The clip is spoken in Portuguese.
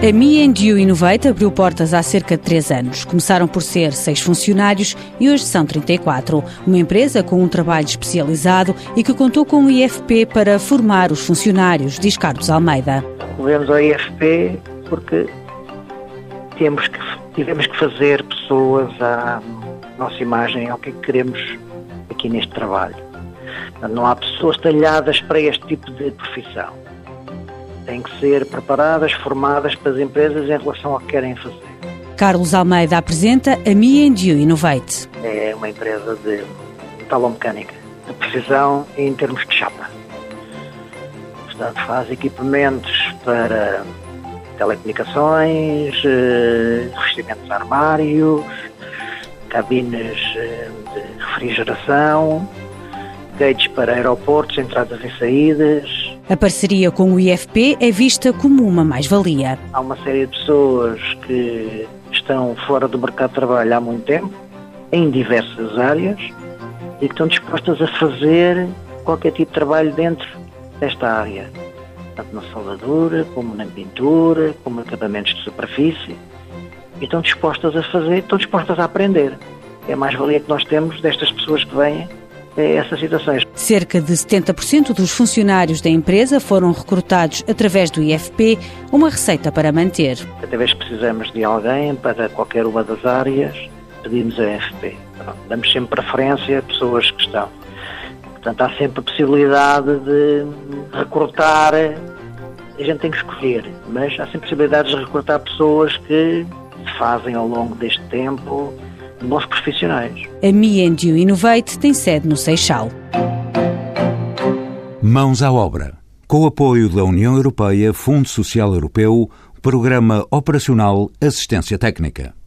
A Me&You Innovate abriu portas há cerca de 3 anos. Começaram por ser 6 funcionários e hoje são 34. Uma empresa com um trabalho especializado e que contou com o IFP para formar os funcionários, diz Carlos Almeida. Recorremos ao IFP porque tivemos que fazer pessoas à nossa imagem, ao que queremos aqui neste trabalho. Não há pessoas talhadas para este tipo de profissão. Têm que ser preparadas, formadas para as empresas em relação ao que querem fazer. Carlos Almeida apresenta a Me&You Innovate. É uma empresa de metalomecânica, de precisão em termos de chapa. Portanto, faz equipamentos para telecomunicações, revestimentos de armários, cabines de refrigeração, gates para aeroportos, entradas e saídas. A parceria com o IFP é vista como uma mais-valia. Há uma série de pessoas que estão fora do mercado de trabalho há muito tempo, em diversas áreas, e que estão dispostas a fazer qualquer tipo de trabalho dentro desta área. Tanto na soldadura, como na pintura, como acabamentos de superfície. E estão dispostas a fazer, estão dispostas a aprender. É a mais-valia que nós temos destas pessoas que vêm a essas situações. Cerca de 70% dos funcionários da empresa foram recrutados através do IFP, uma receita para manter. Cada vez que precisamos de alguém para qualquer uma das áreas, pedimos a IFP. Damos sempre preferência a pessoas que estão. Portanto, há sempre a possibilidade de recrutar, a gente tem que escolher, mas há sempre possibilidades de recrutar pessoas que fazem ao longo deste tempo bons profissionais. A Me&You Innovate tem sede no Seixal. Mãos à obra. Com o apoio da União Europeia, Fundo Social Europeu, Programa Operacional Assistência Técnica.